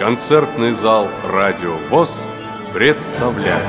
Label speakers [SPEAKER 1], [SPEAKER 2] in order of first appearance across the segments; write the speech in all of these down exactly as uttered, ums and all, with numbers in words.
[SPEAKER 1] Концертный зал «Радио ВОС» представляет.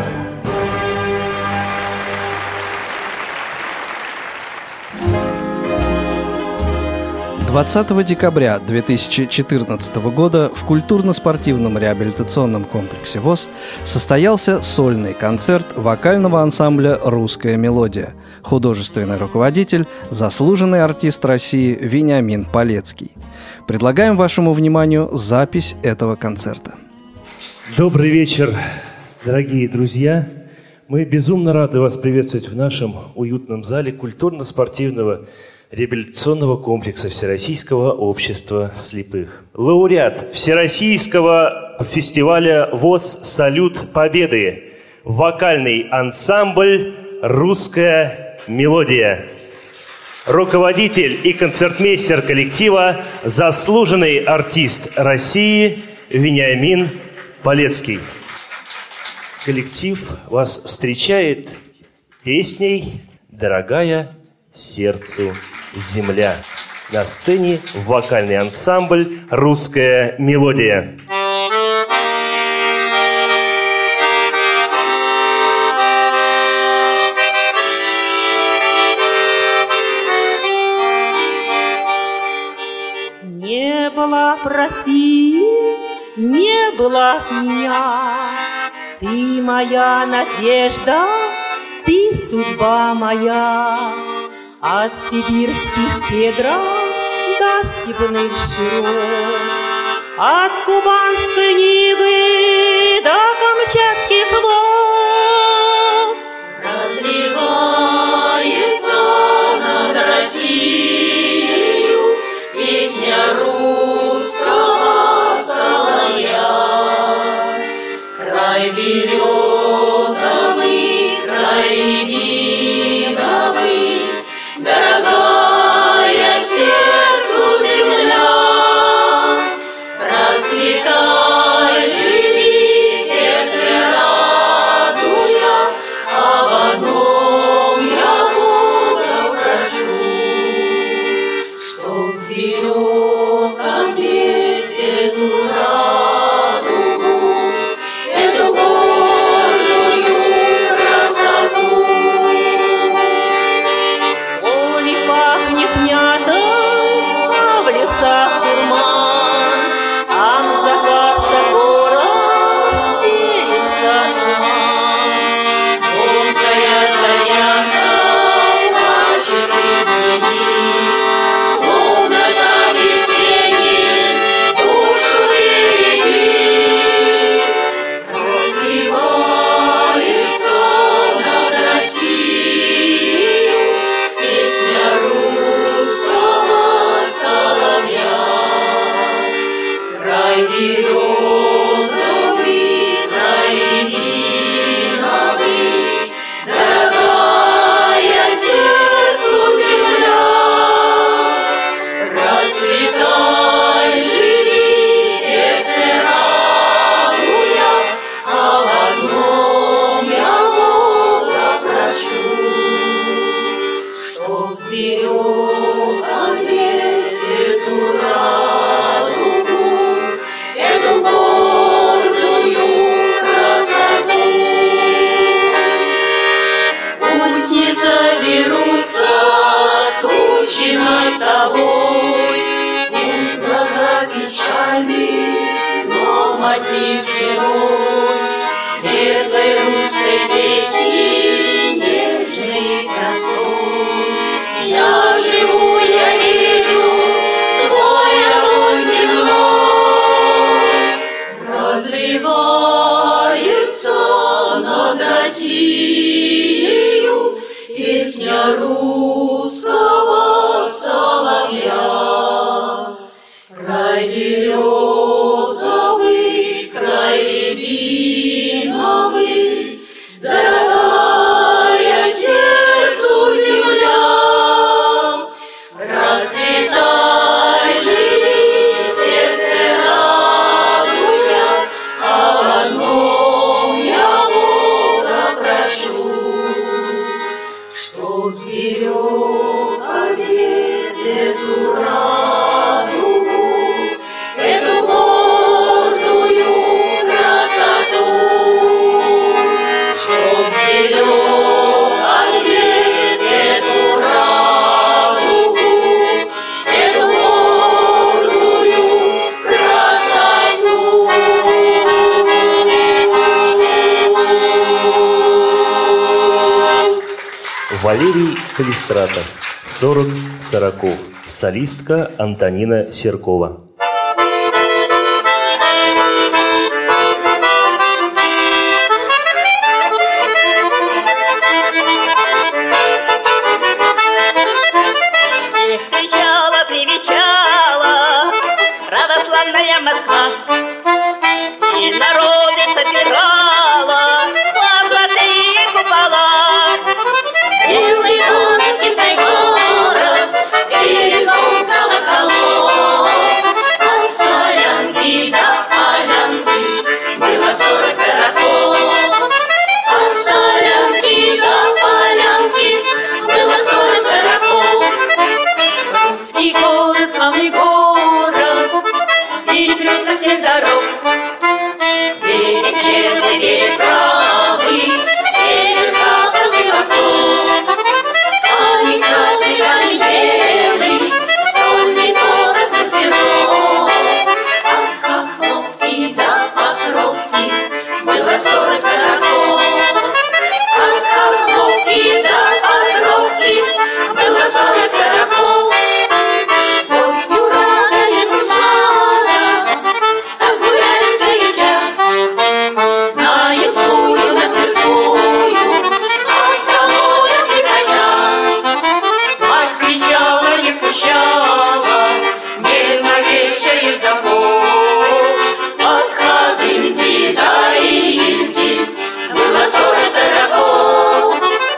[SPEAKER 2] двадцатого декабря две тысячи четырнадцатого года в культурно-спортивном реабилитационном комплексе ВОС состоялся сольный концерт вокального ансамбля «Русская мелодия». Художественный руководитель, заслуженный артист России Вениамин Палецкий. Предлагаем вашему вниманию запись этого концерта.
[SPEAKER 3] Добрый вечер, дорогие друзья! Мы безумно рады вас приветствовать в нашем уютном зале культурно-спортивного реабилитационного комплекса Всероссийского общества слепых. Лауреат Всероссийского фестиваля ВОС «Салют Победы», вокальный ансамбль «Русская мелодия». Руководитель и концертмейстер коллектива, заслуженный артист России Вениамин Палецкий. Коллектив вас встречает песней «Дорогая сердцу земля». На сцене вокальный ансамбль «Русская мелодия».
[SPEAKER 4] Не было б России, не было б меня. Ты моя надежда, ты судьба моя. От сибирских кедров до степных широт, от кубанской Нивы до камчатских вод. Разливается над Россией песня русского соловья. Край березовый, край рябиновый, дорогая сердцу земля, расцветай, живи, сердце радуя, об одном я Бога прошу, что сберег ответ эту радугу, эту гордую красоту.
[SPEAKER 5] Дорогая сердцу земля,
[SPEAKER 3] Валерий Калистратов, сорок сороков, солистка Антонина Серкова.
[SPEAKER 5] Встречала, привечала православная Москва, и народе собирала по золотые купола.
[SPEAKER 4] Белый город, Китай город, перезвон колоколов. От солянки до полянки было сорок сороков. От солянки до полянки было сорок сороков.
[SPEAKER 5] Русский город, славный город, перекрест на всех дорог.
[SPEAKER 4] Берег левый, берег правый, север, запад и восток. Камень красный, камень белый, стольный город мастеров. От Хохловки до Покровки было сорок сороков. От Хохловки до Покровки было сорок сороков. Гостю рада не узнала, так гуляли сгоряча. На ясную, на Тверскую, остановят лихача.
[SPEAKER 5] Мать кричала, не пущала, не на вечере забор.
[SPEAKER 4] От Ходынки до Ильинки было сорок сороков.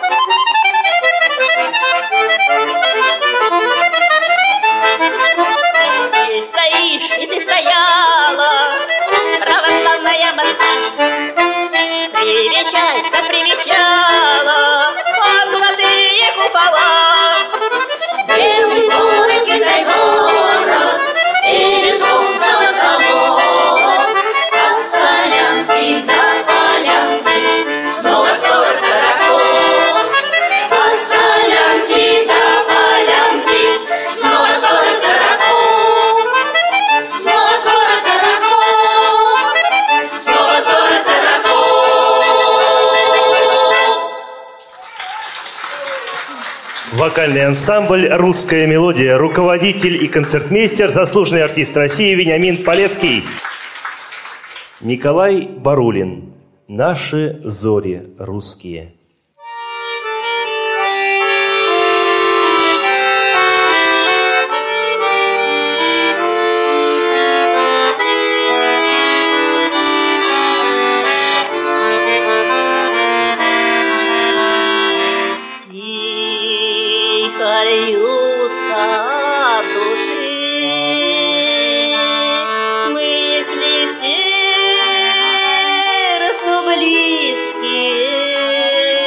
[SPEAKER 5] Ты стоишь, и ты стояла, православная Москва. Привечай, да привечала под золотые купола.
[SPEAKER 4] Белый город, Китай город, перезвон колоколов. От солянки до полянки снова сорок сороков. От солянки до полянки снова сорок сороков. Снова сорок сороков. Снова сорок сороков.
[SPEAKER 3] Вокальный ансамбль «Русская мелодия», руководитель и концертмейстер, заслуженный артист России Вениамин Полецкий. Николай Барулин. «Наши зори русские».
[SPEAKER 5] Тихо льются от души мысли сердцу близкие.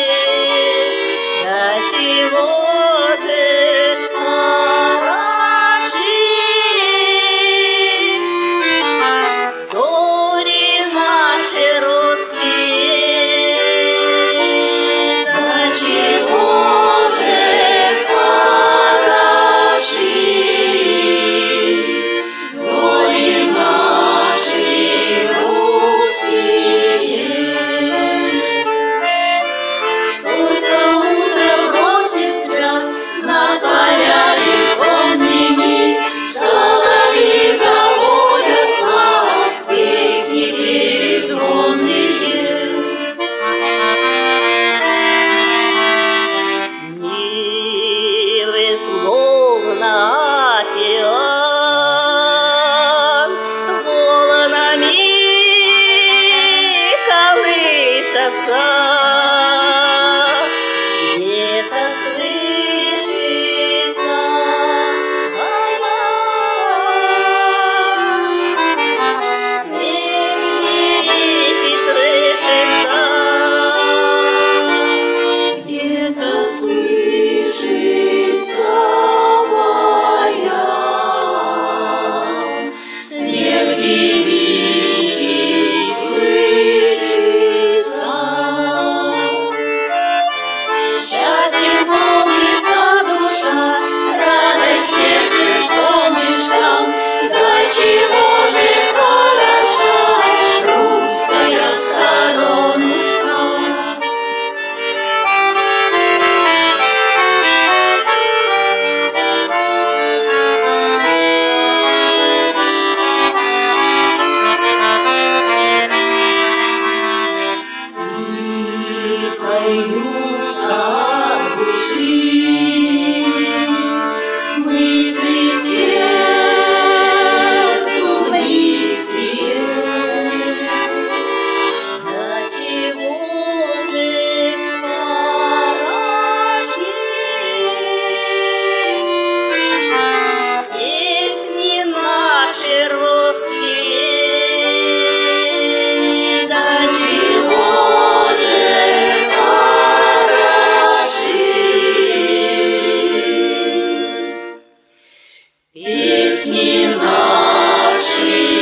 [SPEAKER 4] песни наши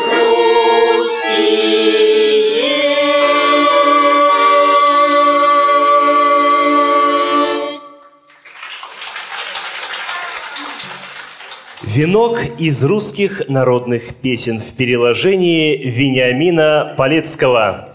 [SPEAKER 4] русские.
[SPEAKER 3] Венок из русских народных песен в переложении Вениамина Полецкого.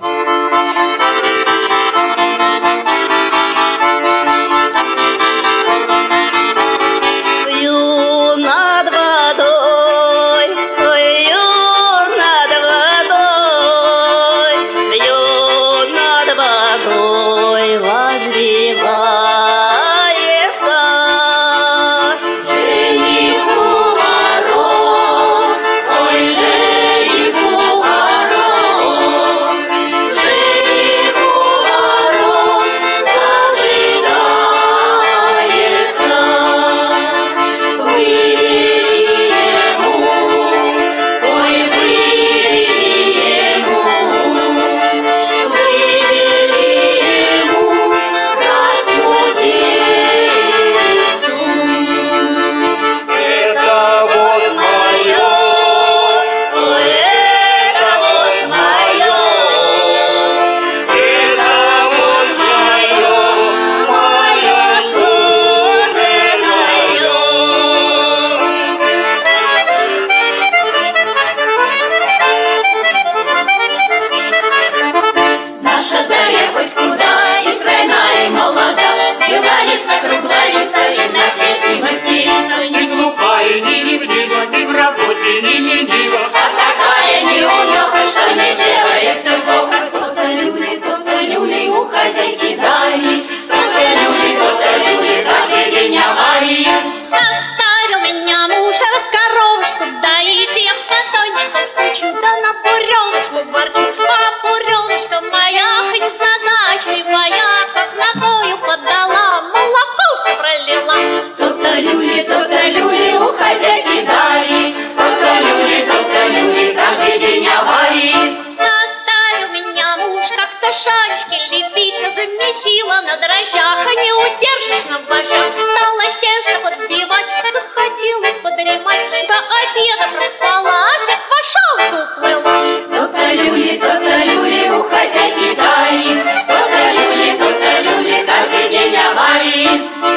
[SPEAKER 5] Шарики лепить, замесила на дрожжах, не удержишь на вожжах. Стала тесто подбивать, захотелось подремать, до обеда проспалась, а к вошалку уплыла.
[SPEAKER 4] То-то люли, то-то люли у хозяйки Дарьи, то-то люли, то-то люли каждый день аварии.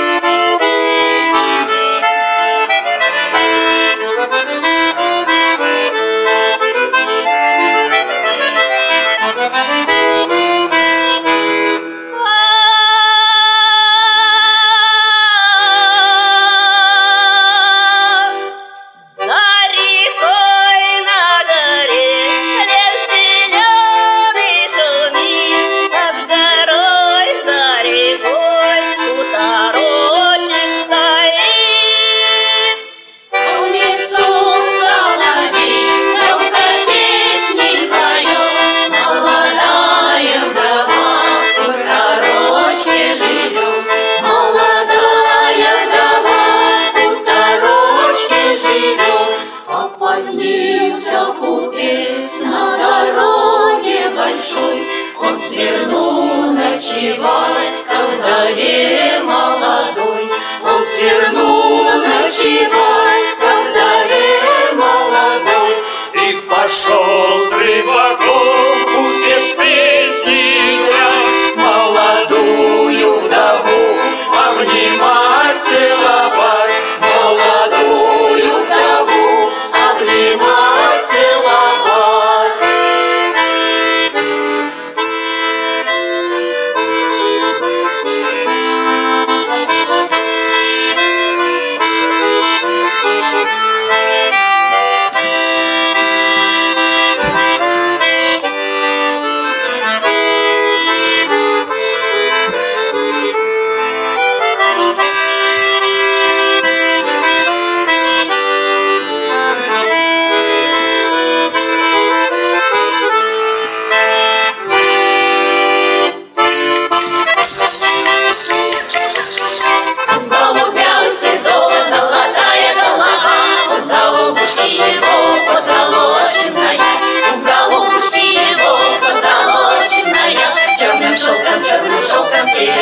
[SPEAKER 4] Ночевать ко вдове молодой, он свернул ночевать ко вдове молодой.
[SPEAKER 6] И пошел с рыбаком купец песни играть, молодую вдову обнимать, целовать, молодую вдову обнимать, целовать.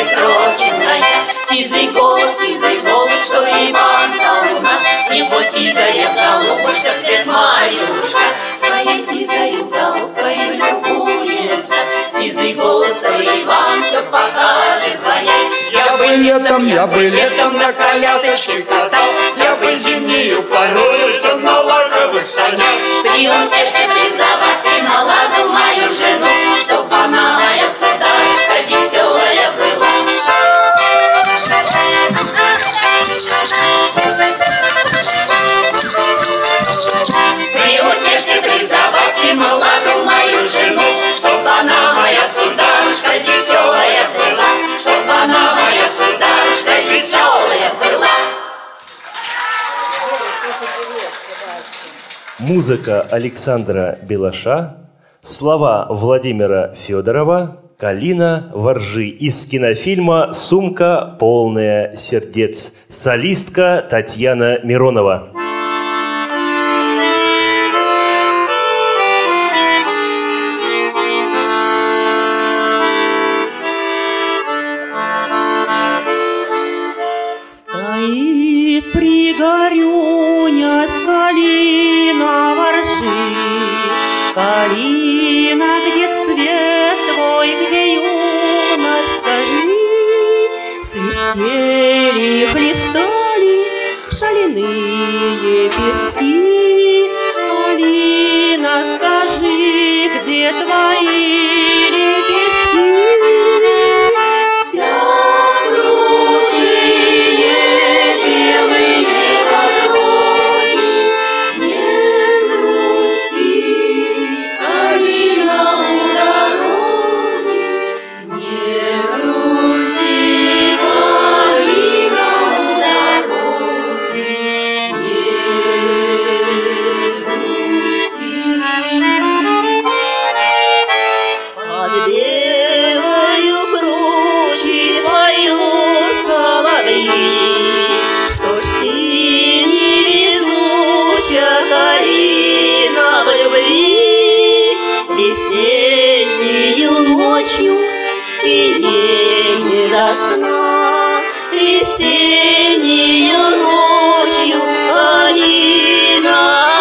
[SPEAKER 4] Сизый голубь, сизый голубь, что Иван-то у нас, его сизый сизая голубушка, свет Марьюшка, своей сизою голубкою любуется. Сизый голубь Иван все покажет, воняй.
[SPEAKER 6] Я бы летом, я бы летом на колясочке катал, я бы зимнюю порою все на лаковых санях.
[SPEAKER 4] Приутешь ты, призовав ты молоду мою жену, чтоб она моя сударышка веселая была. Приутешь ты, призовав ты молоду мою жену, чтоб она моя сударышка веселая была, чтоб она моя сударышка веселая была.
[SPEAKER 3] Музыка Александра Белаша, слова Владимира Федорова, «Калина, воржи» из кинофильма «Сумка, полная сердец». Солистка Татьяна Миронова.
[SPEAKER 7] Стоит пригорюня с калина воржи, калина, где цвет твой, где юность, скажи. Свистели, хлестали шаленые пески. Калина, скажи, где твои лепестки? Сна, весеннею ночью калина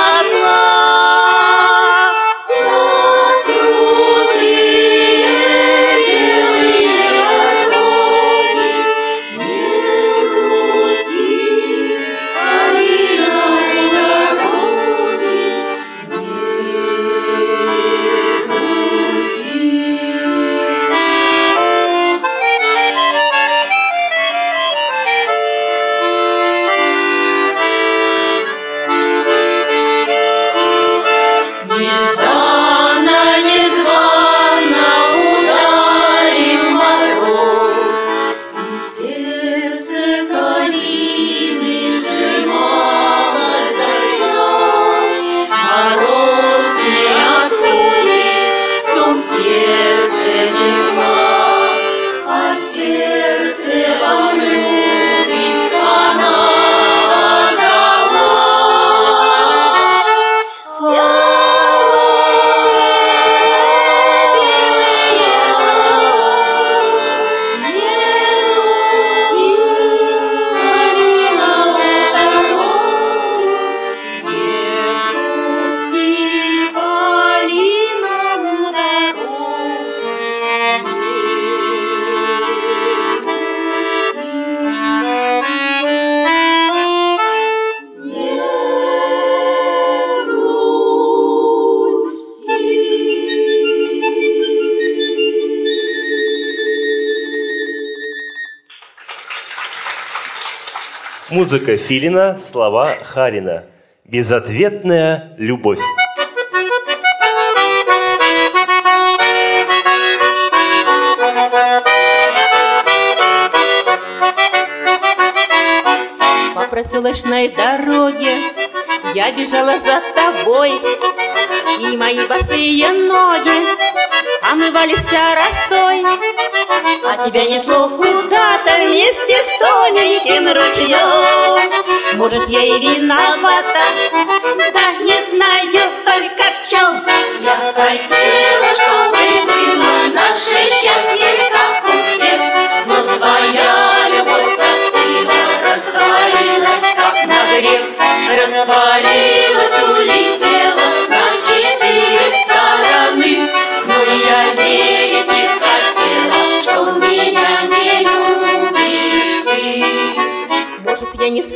[SPEAKER 7] одна. Спят круглые белые ладони, не грусти, калина у дороги, не грусти.
[SPEAKER 3] Музыка Филина, слова Харина. Безответная любовь.
[SPEAKER 7] По проселочной дороге я бежала за тобой, и мои босые ноги омывались росой, а тебя несло куда-то вместе с тоненьким ручьем. Может, я и виновата, да не знаю только в чем.
[SPEAKER 4] Я хотела, чтобы было наше счастье, как у всех, но твоя любовь остыла, растворилась, как на грех, растворилась.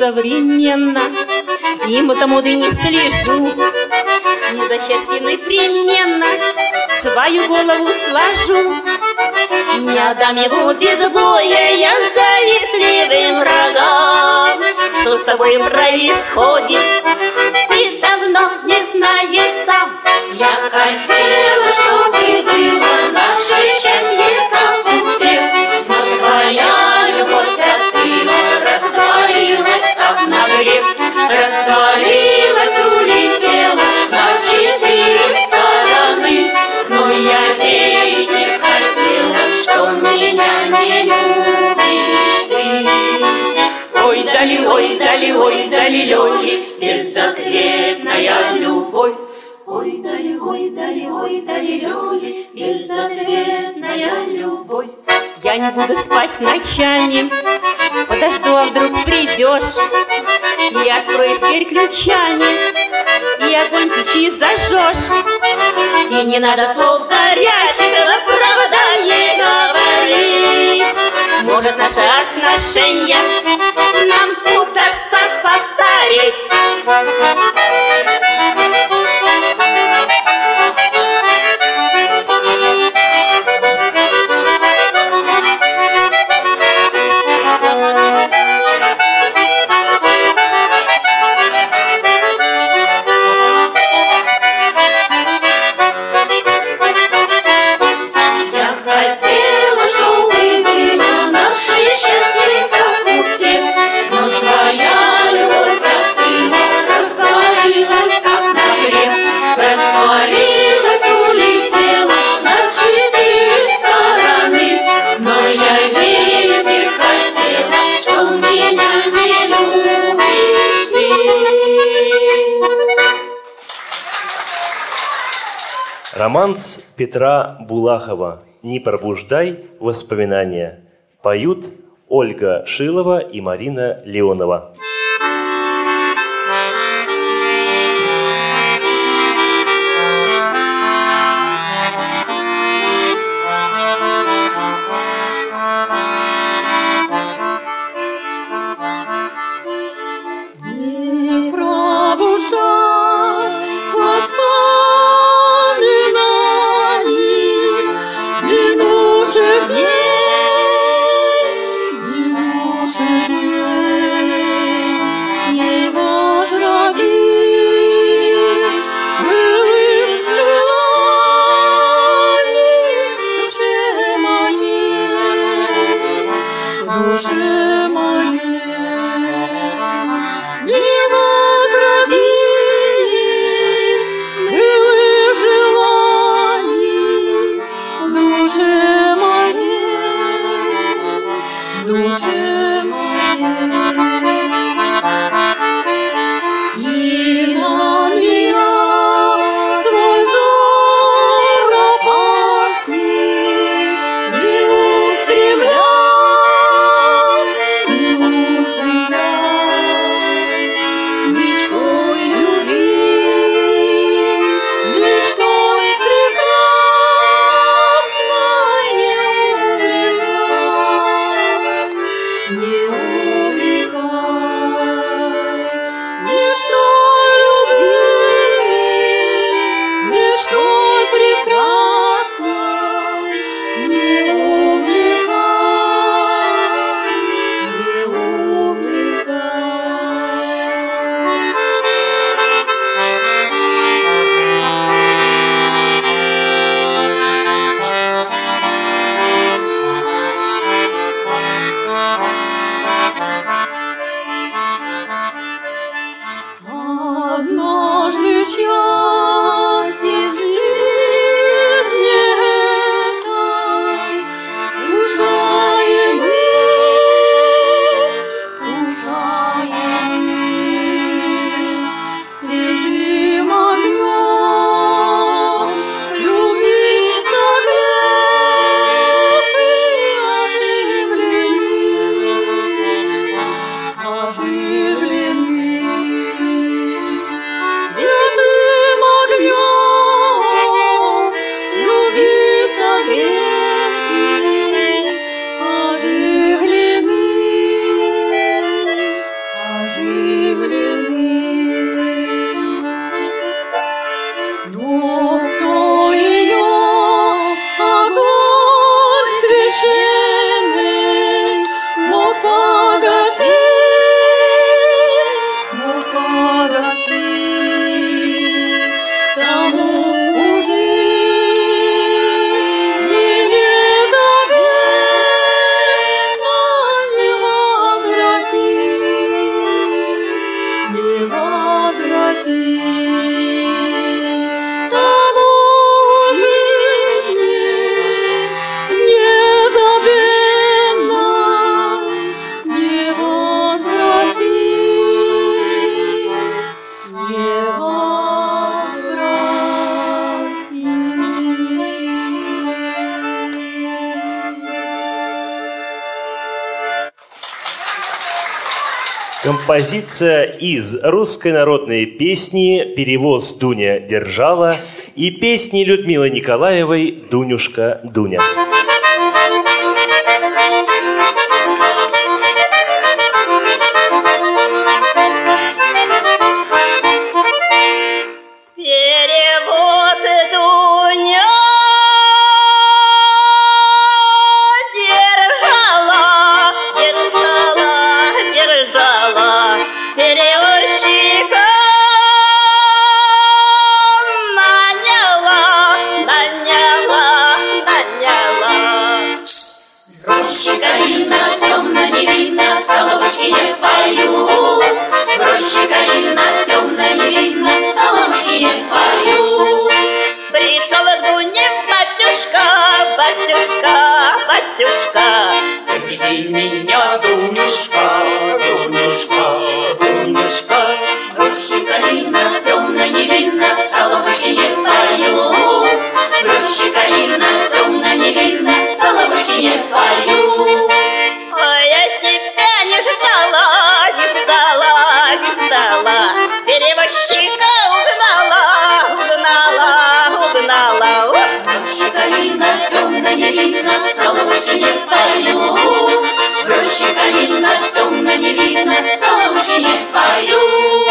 [SPEAKER 7] современно. Ему за модой не слежу, не за счастье непременно свою голову сложу. Не отдам его без боя я завистливым врагам. Что с тобой происходит, ты давно не знаешь сам.
[SPEAKER 4] Я хотела, чтобы было наше счастье, как у всех, но твоя любовь остыла, растворилась, как на грех, растворилась, улетела на четыре стороны. Но я верить не хотела, что меня не любишь ты. Ой, дали, ой, дали, ой, дали, лёли, безответная любовь. Ой, дали, ой, дали, ой, дали, лёли, безответная любовь.
[SPEAKER 7] Я не буду спать ночами, подожду, а вдруг придешь. И откроешь дверь ключами, и огонь печи зажжешь.
[SPEAKER 4] И не надо слов горячих, оправдание говорить.
[SPEAKER 7] Может, наши отношения нам удастся повторить.
[SPEAKER 3] Романс Петра Булахова «Не пробуждай воспоминания». Поют Ольга Шилова и Марина Леонова.
[SPEAKER 7] Дней,
[SPEAKER 3] Композиция из русской народной песни «Перевоз Дуня держала» и песни Людмилы Николаевой «Дунюшка, Дуня».
[SPEAKER 4] Привези меня, Дунюшка, Дунюшка, Дунюшка. В роще калина темно не видно, соловушки не поют. В роще калина темно не видно, соловушки не поют.
[SPEAKER 7] Ой, я тебя не ждала, не ждала, не ждала. Перевозчика угнала, угнала, угнала.
[SPEAKER 4] В роще калина темно не видно, соловушки не поют. В роще калина темно не видно, соловушки не поют.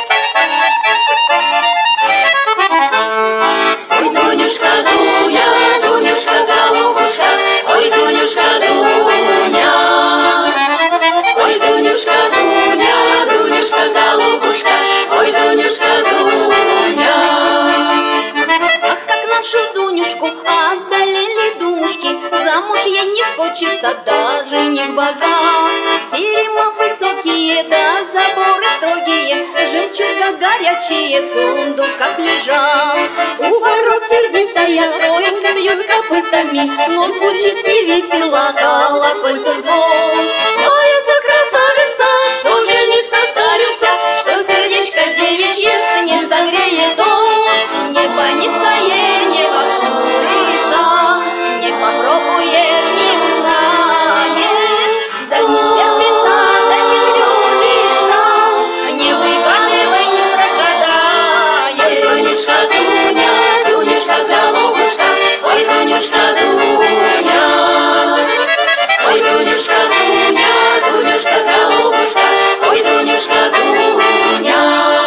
[SPEAKER 4] Ой, Дунюшка, Дуня, Дунюшка, голубушка, ой, Дунюшка, Дуня. Ой, Дунюшка, Дуня, Дунюшка, голубушка, ой, Дунюшка, Дуня.
[SPEAKER 8] Ах, как нашу Дунюшку отдалили думушки, замуж ей не хочется, даже не в богах. Терема высокие, да заборы строгие, жемчуга горячие в сундуках лежат. У ворот сердитая тройка бьет копытами, но звучит не весело, колокольцев звон. Моется красавица, что жених состарится, что сердечко девичье не согреет он. Небо низкое, небо хмурится, не попробуешь, не узнаешь. Да не стерпится, да не слюбится, не выгадывай, не прогадаешь.
[SPEAKER 4] Ой, Дунюшка, Дуня, Дунюшка, голубушка, ой, Дунюшка, Дуня. Ой, Дунюшка, Дуня, Дунюшка, голубушка, ой, Дунюшка, Дуня.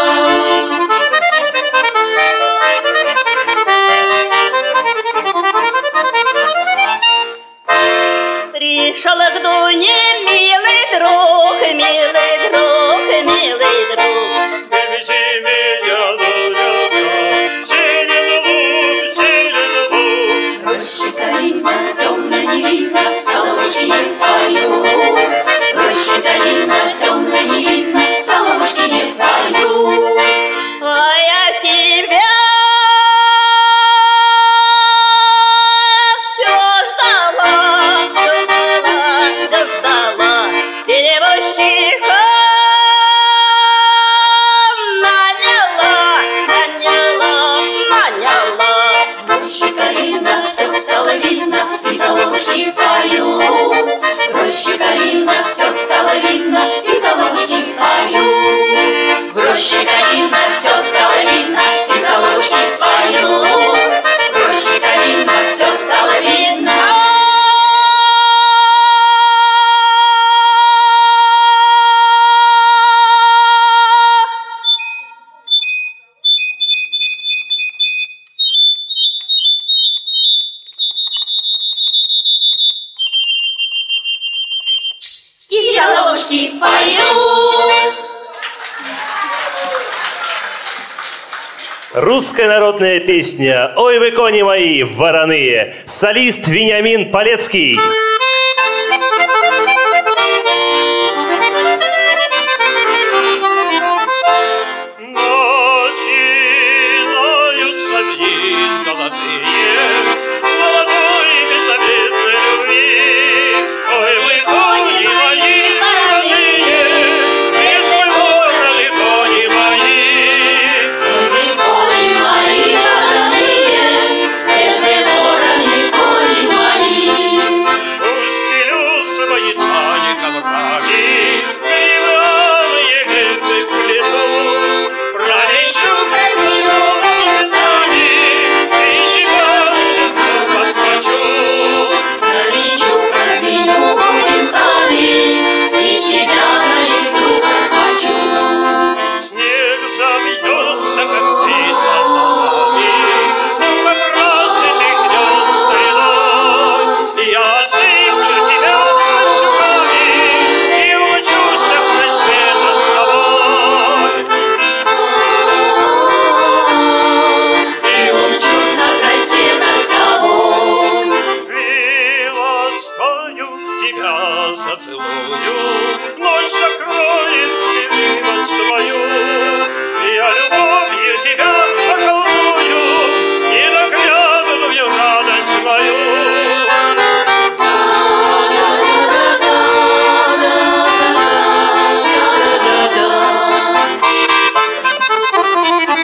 [SPEAKER 7] Пришел к Дуне милый друг, милый друг, милый друг.
[SPEAKER 9] Привези меня, Дунюшка, синим лук, синим лук.
[SPEAKER 4] В роще калина темно не видно, соловушки не поют. В роще калина темно не видно, соловушки не поют.
[SPEAKER 7] А я тебя все ждала, все ждала, все ждала. Перевозчика наняла, наняла, наняла.
[SPEAKER 4] В роще калина все стало видно, и соловушки поют. В роще калина все стало видно, и соловушки поют. В роще калина все стало видно, и соловушки поют. В роще калина все стало видно. И соловушки поют.
[SPEAKER 3] Русская народная песня «Ой, вы кони мои, вороные». Солист Вениамин Полецкий.
[SPEAKER 9] Начинаются дни золотые, молодой беззаветной любви. Ой, вы кони мои вороные, если вороны кони мои.
[SPEAKER 4] Кони мои вороные, если вороны кони мои.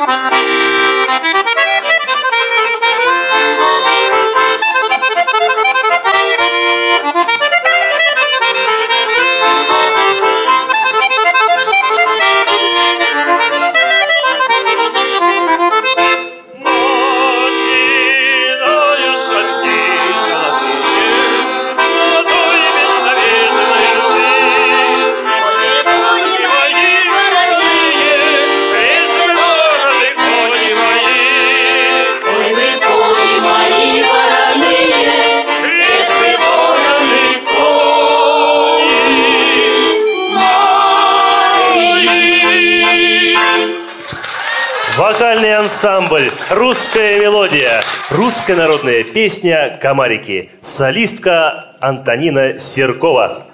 [SPEAKER 3] Вокальный ансамбль «Русская мелодия», русская народная песня «Комарики». Солистка Антонина Серкова.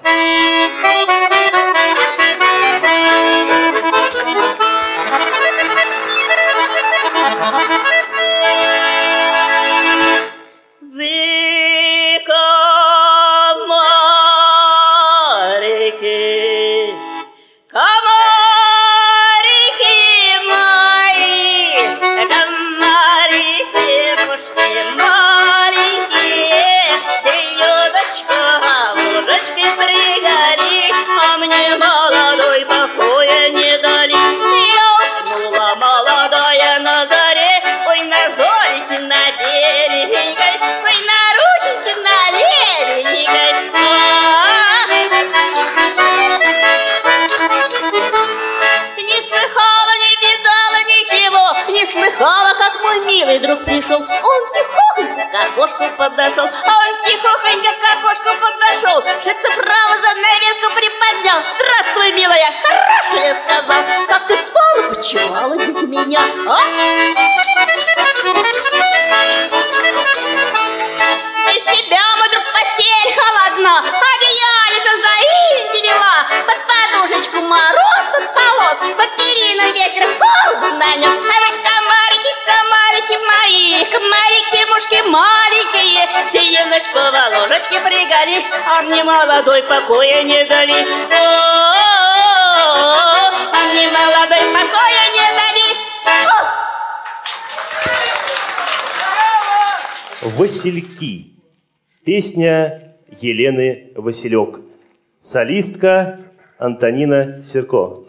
[SPEAKER 7] Друг пришел, он тихохонько к окошку подошел, а он тихохонько к окошку подошел, что-то право занавеску приподнял. Здравствуй, милая, хорошо я сказал, как ты спала, почивала без меня, а? Без тебя, мой друг, постель холодна, одеяльце за инди вела, под подушечку мороз подполз, под перину ветер холод нанес, а вы комарики, комарики мои, комарики, мушки маленькие, сию ночь по ложечке прыгали, а мне молодой покоя не дали. О-о-о-о, а мне молодой покоя не дали.
[SPEAKER 3] «Васильки». Песня Елены Василек. Солистка Антонина Серкова.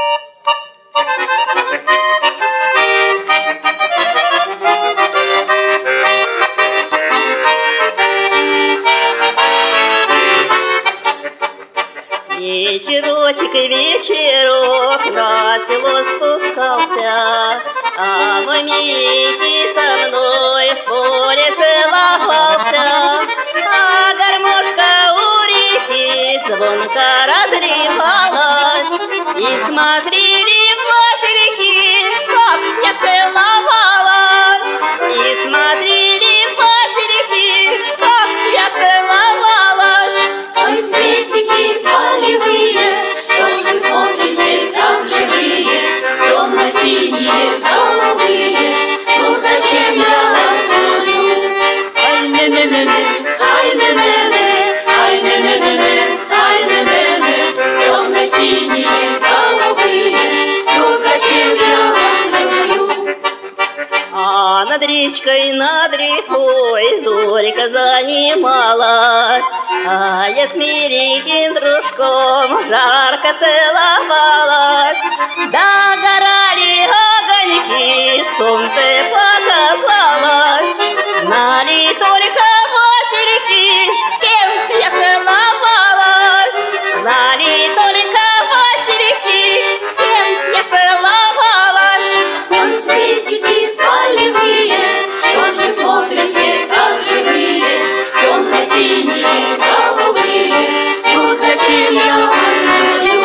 [SPEAKER 7] Вечерочек и вечерок на село спускался, а мой миленький со мной в поле целовался, а гармошка у реки звонко разливалась, и смотрели васильки, как я целовалась, и смотрели васильки, как я целовалась.
[SPEAKER 4] Ой, цветики полевые, что же смотрите, как живые, темно-синие, голубые, ну зачем я вас люблю?
[SPEAKER 7] Ай, не-не-не-не,
[SPEAKER 4] Ай, не-не-не, ай, не-не-не-не, ай, не-не-не, темно-синие, голубые, ну зачем я вас люблю?
[SPEAKER 7] а над речкой, над рекой зорька занималась, а я с миленьким дружком жарко целовалась. Догорали огоньки, солнце показалось, знали только васильки, с кем я целовалась, знали только васильки, с кем я целовалась.
[SPEAKER 4] Ой, цветики полевые, что же смотрите, как живые, темно-синие, голубые, ну зачем я вас люблю?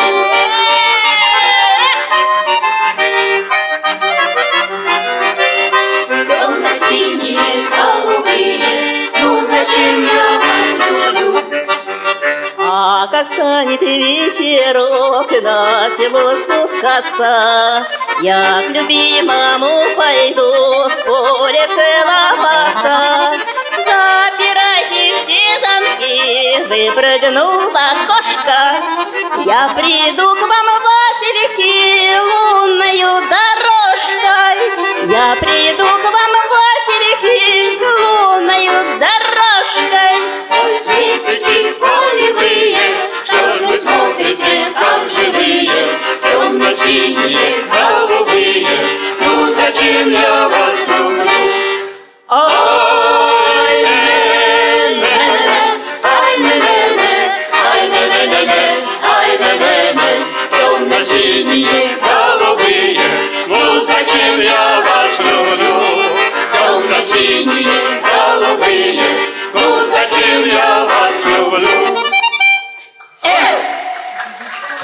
[SPEAKER 4] Темно-синие, голубые, ну зачем я вас люблю?
[SPEAKER 7] А как станет вечерок на село спускаться, я к любимому пойду в поле целоваться. Запирайте все замки, выпрыгну в окошко, я приду к вам, васильки, лунною дорожкой.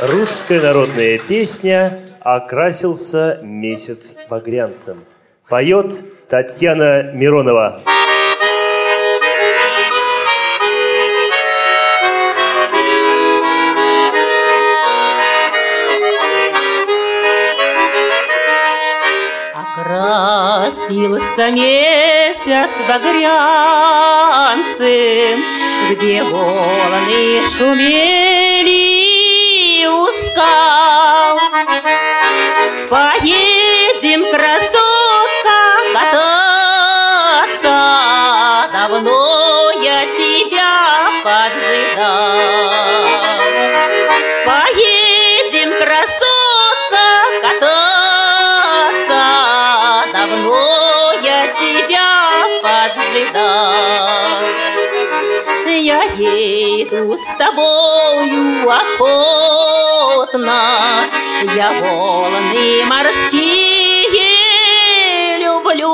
[SPEAKER 3] Русская народная песня «Окрасился месяц багрянцем». Поет Татьяна Миронова.
[SPEAKER 7] Окрасился месяц багрянцем, где волны шумели у скал. Поедем, красотка, кататься, давно я тебя поджидал. Поедем, красотка, кататься, давно я тебя поджидал. Я еду с тобою охотно, я волны морские люблю.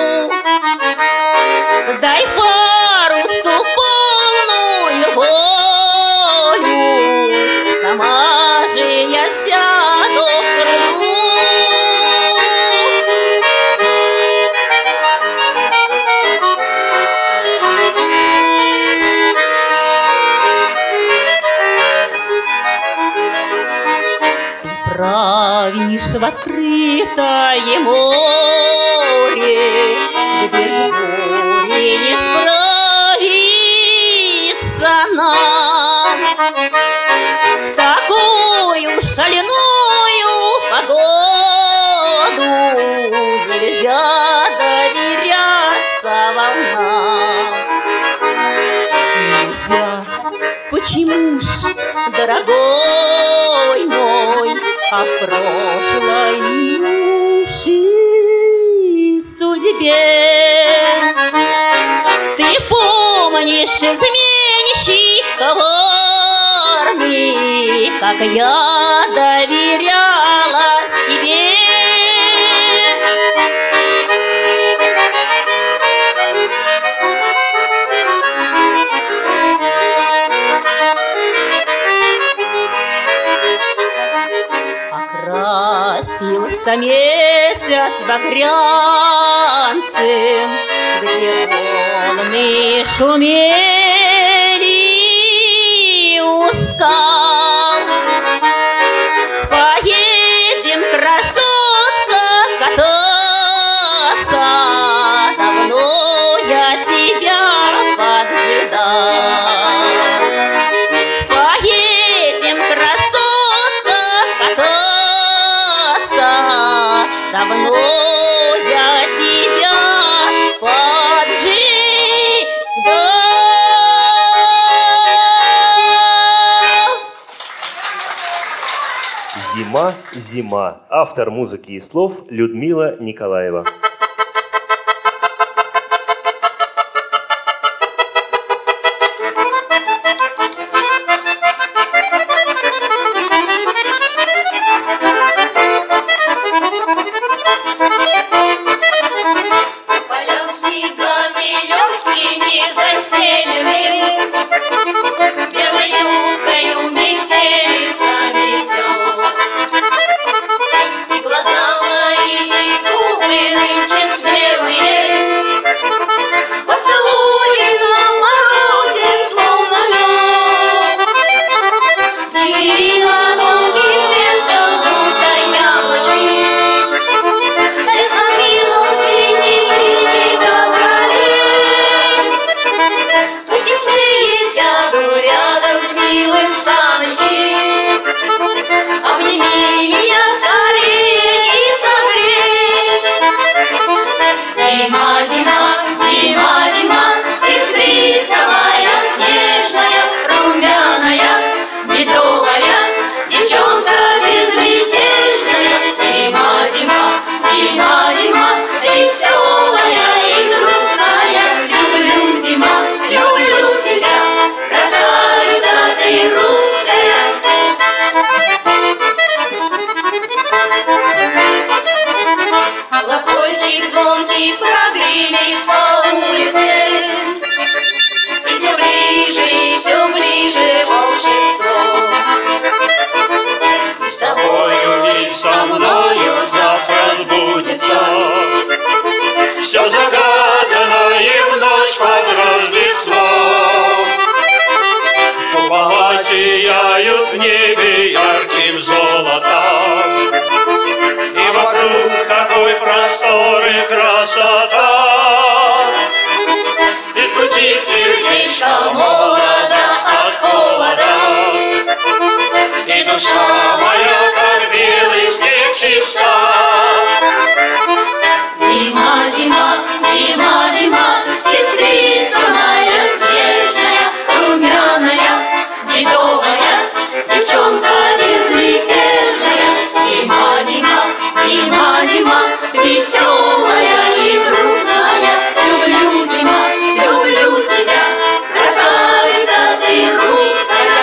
[SPEAKER 7] Дай парусу полную волю, сама же я сяду в крылу. Правишь в открытое море, где с бурей не справиться нам. В такую шальную погоду нельзя доверяться волнам. Нельзя, почему ж, дорогой мой, а в прошлой уши судьбе ты помнишь изменщика ворни, как я доверялась тебе. Окрасился месяц багрянцем, где волны шумели у скал. Поедем, красотка, кататься, давно я тебя поджидал. Поедем, красотка, кататься, давно я тебя поджидал.
[SPEAKER 3] «Зима, зима». Автор музыки и слов Людмила Николаева.
[SPEAKER 4] Полем снегами легкими застелены, белой юбкою метелица метет. И глаза мои, и губы нынче
[SPEAKER 9] красота. И стучит сердечко молодо от холода, и душа моя, как белый снег, чиста.
[SPEAKER 4] Зима, зима, зима, зима, сестрица моя снежная, румяная, медовая, девчонка безмятежная. Зима, зима, зима, зима, веселая и грустная. Люблю, зима, люблю тебя, красавица ты русская.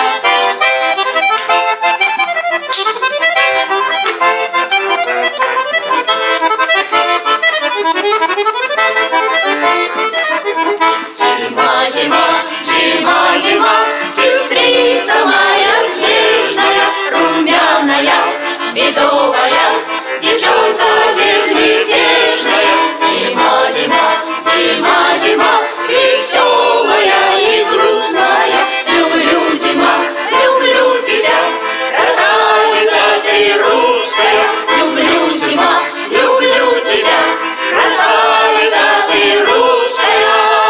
[SPEAKER 4] Зима, зима, зима, зима, сестрица моя снежная, румяная, медовая, девчонка безмятежная. Зима, зима, зима, зима, веселая и грустная. Люблю, зима, люблю тебя, красавица ты русская. Люблю, зима, люблю тебя, красавица ты русская.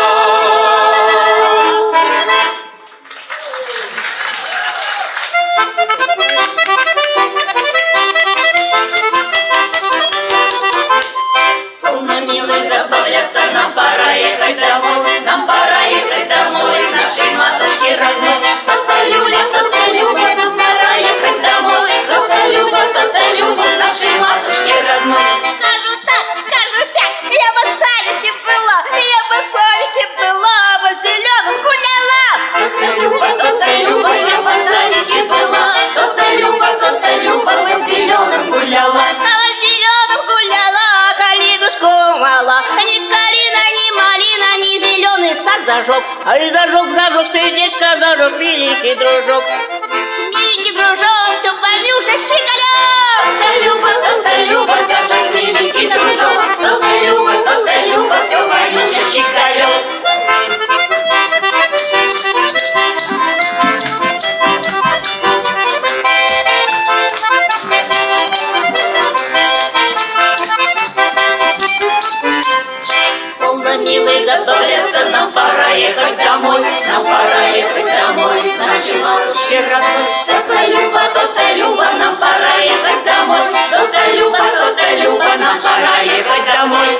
[SPEAKER 4] Полно, милый, забавляться, нам пора ехать домой, нам пора ехать домой, к нашей матушке родной. Кто-то Люля, кто-то Люба, нам пора ехать домой, кто-то Люба, кто-то Люба, к нашей матушке родной.
[SPEAKER 5] Скажу так, скажу сяк, я бы в садике была, я бы в садике была, в зеленом гуляла.
[SPEAKER 4] Кто-то Люба, кто-то Люба, я в садике была, кто-то Люба, кто-то Люба, в зеленом гуляла.
[SPEAKER 5] А в зеленом гуляла, калинушку мала, ни калина, ни малина, ни зеленый сад зажег. Ай, зажег, зажег, сердечко зажег, великий дружок. Великий дружок, все Ванюша щеголек.
[SPEAKER 4] Кто-то Люба, кто-то Люба, зажег великий дружок. Кто-то Люба, кто-то Люба, все Ванюша щеголек. Полно, милый, забавляться, нам пора ехать домой, нам пора ехать домой, к нашей матушке родной. Кто-то Люба, кто-то Люба, нам пора ехать домой, кто-то Люба, кто-то Люба, нам пора ехать домой.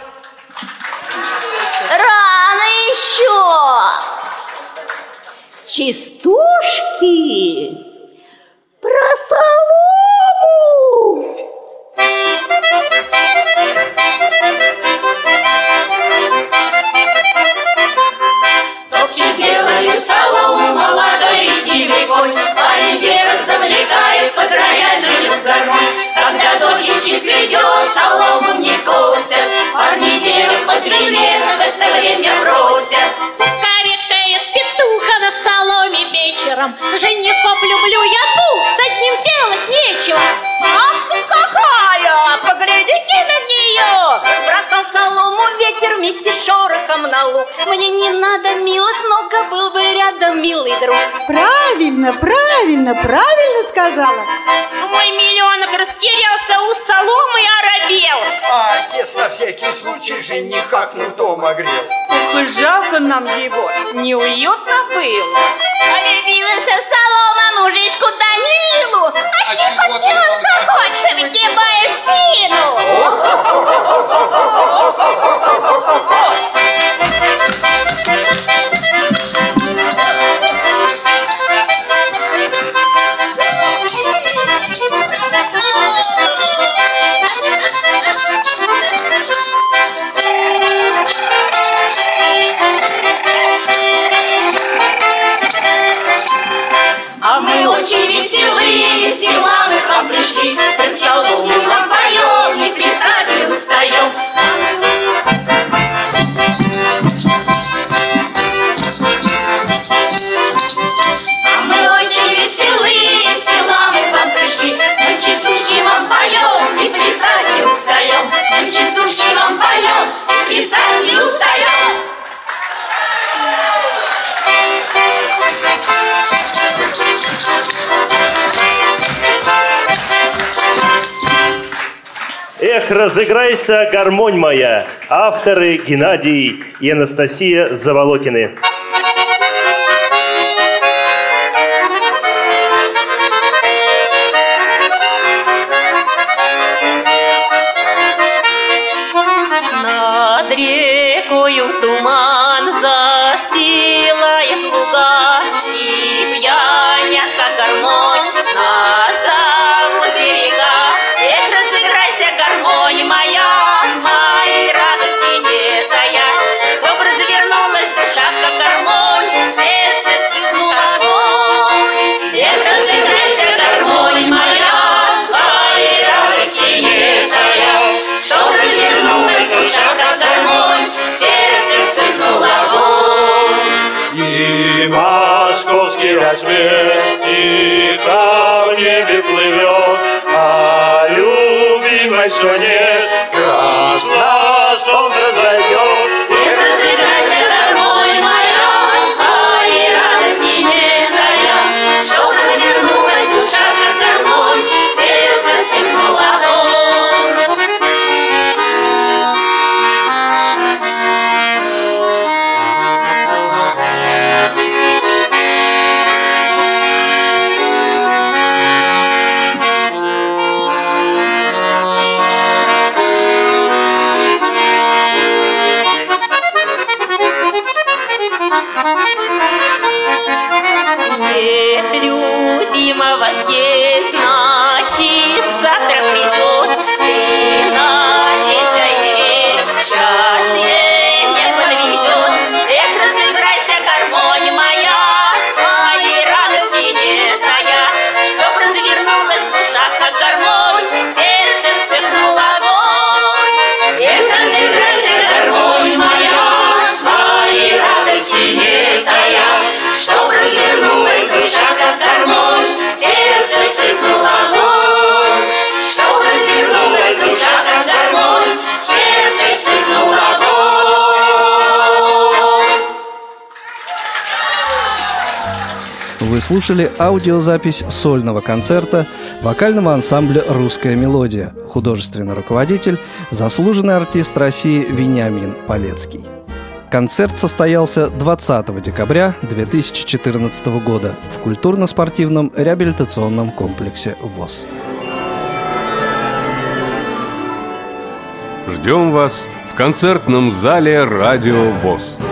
[SPEAKER 5] Рано еще. Частушки про солому.
[SPEAKER 4] Топчет белую солому молодой ретивый конь, парень девок завлекает под рояльную гармонь. Когда дождичек идет, солому не косят, парни девок под венец в это время бросят.
[SPEAKER 5] Карекает петуха на соломе вечером. Женихов люблю я двух, с одним делать нечего. Ах ты какая, погляди-ка на нее.
[SPEAKER 8] Бросал солому ветер вместе с шорохом на луг. Мне не надо милых, много был бы рядом милый друг.
[SPEAKER 10] Правильно, правильно, правильно сказала.
[SPEAKER 5] Мой миллионок растерялся у соломы и оробел.
[SPEAKER 6] А отец на всякий случай жениха кнутом огрел.
[SPEAKER 7] Ох, и жалко нам его, неуютно было.
[SPEAKER 5] Полюбилась солома мужичку Данилу, а чекотенка хочет, выгибая спину.
[SPEAKER 4] А мы очень веселые, села мы к вам пришли, под солому нам поем, не писать не устаем.
[SPEAKER 3] Эх, разыграйся, гармонь моя. Авторы Геннадий и Анастасия Заволокины.
[SPEAKER 7] Над рекою туман застилает луга, и пьянят, как гармонь, на саму берега. Эх, разыграйся, гармонь моя, моей радости не тая, чтоб развернулась душа, как гармонь, сердце вспыхнул огонь. Эх, разыграйся, гармонь моя, своей радости не тая, чтоб развернулась душа, как гармонь, сердце вспыхнул огонь.
[SPEAKER 9] И московский рассвет тихо в небе плывет, а любимой все нет, красно солнце зайдет.
[SPEAKER 7] Эх, разыграйся, гармонь моя, своей радости не тая, чтоб развернулась душа, как гармонь, сердце вспыхнул огонь. Нет любимого здесь, значит, завтра придет. Ты надейся, и счастье не подведет. Эх, разыграйся, гармонь моя, моей радости не тая, чтоб развернулась душа, как гармонь, сердце вспыхнул огонь. Эх, разыграйся, гармонь моя, своей радости не тая, чтоб развернулась душа, как гармонь, сердце вспыхнул огонь. Чтоб развернулась душа, как гармонь, сердце вспыхнул огонь.
[SPEAKER 2] Вы слушали аудиозапись сольного концерта вокального ансамбля «Русская мелодия». Художественный руководитель – заслуженный артист России Вениамин Полецкий. Концерт состоялся двадцатого декабря две тысячи четырнадцатого года в культурно-спортивном реабилитационном комплексе ВОС.
[SPEAKER 1] Ждем вас в концертном зале «Радио ВОС».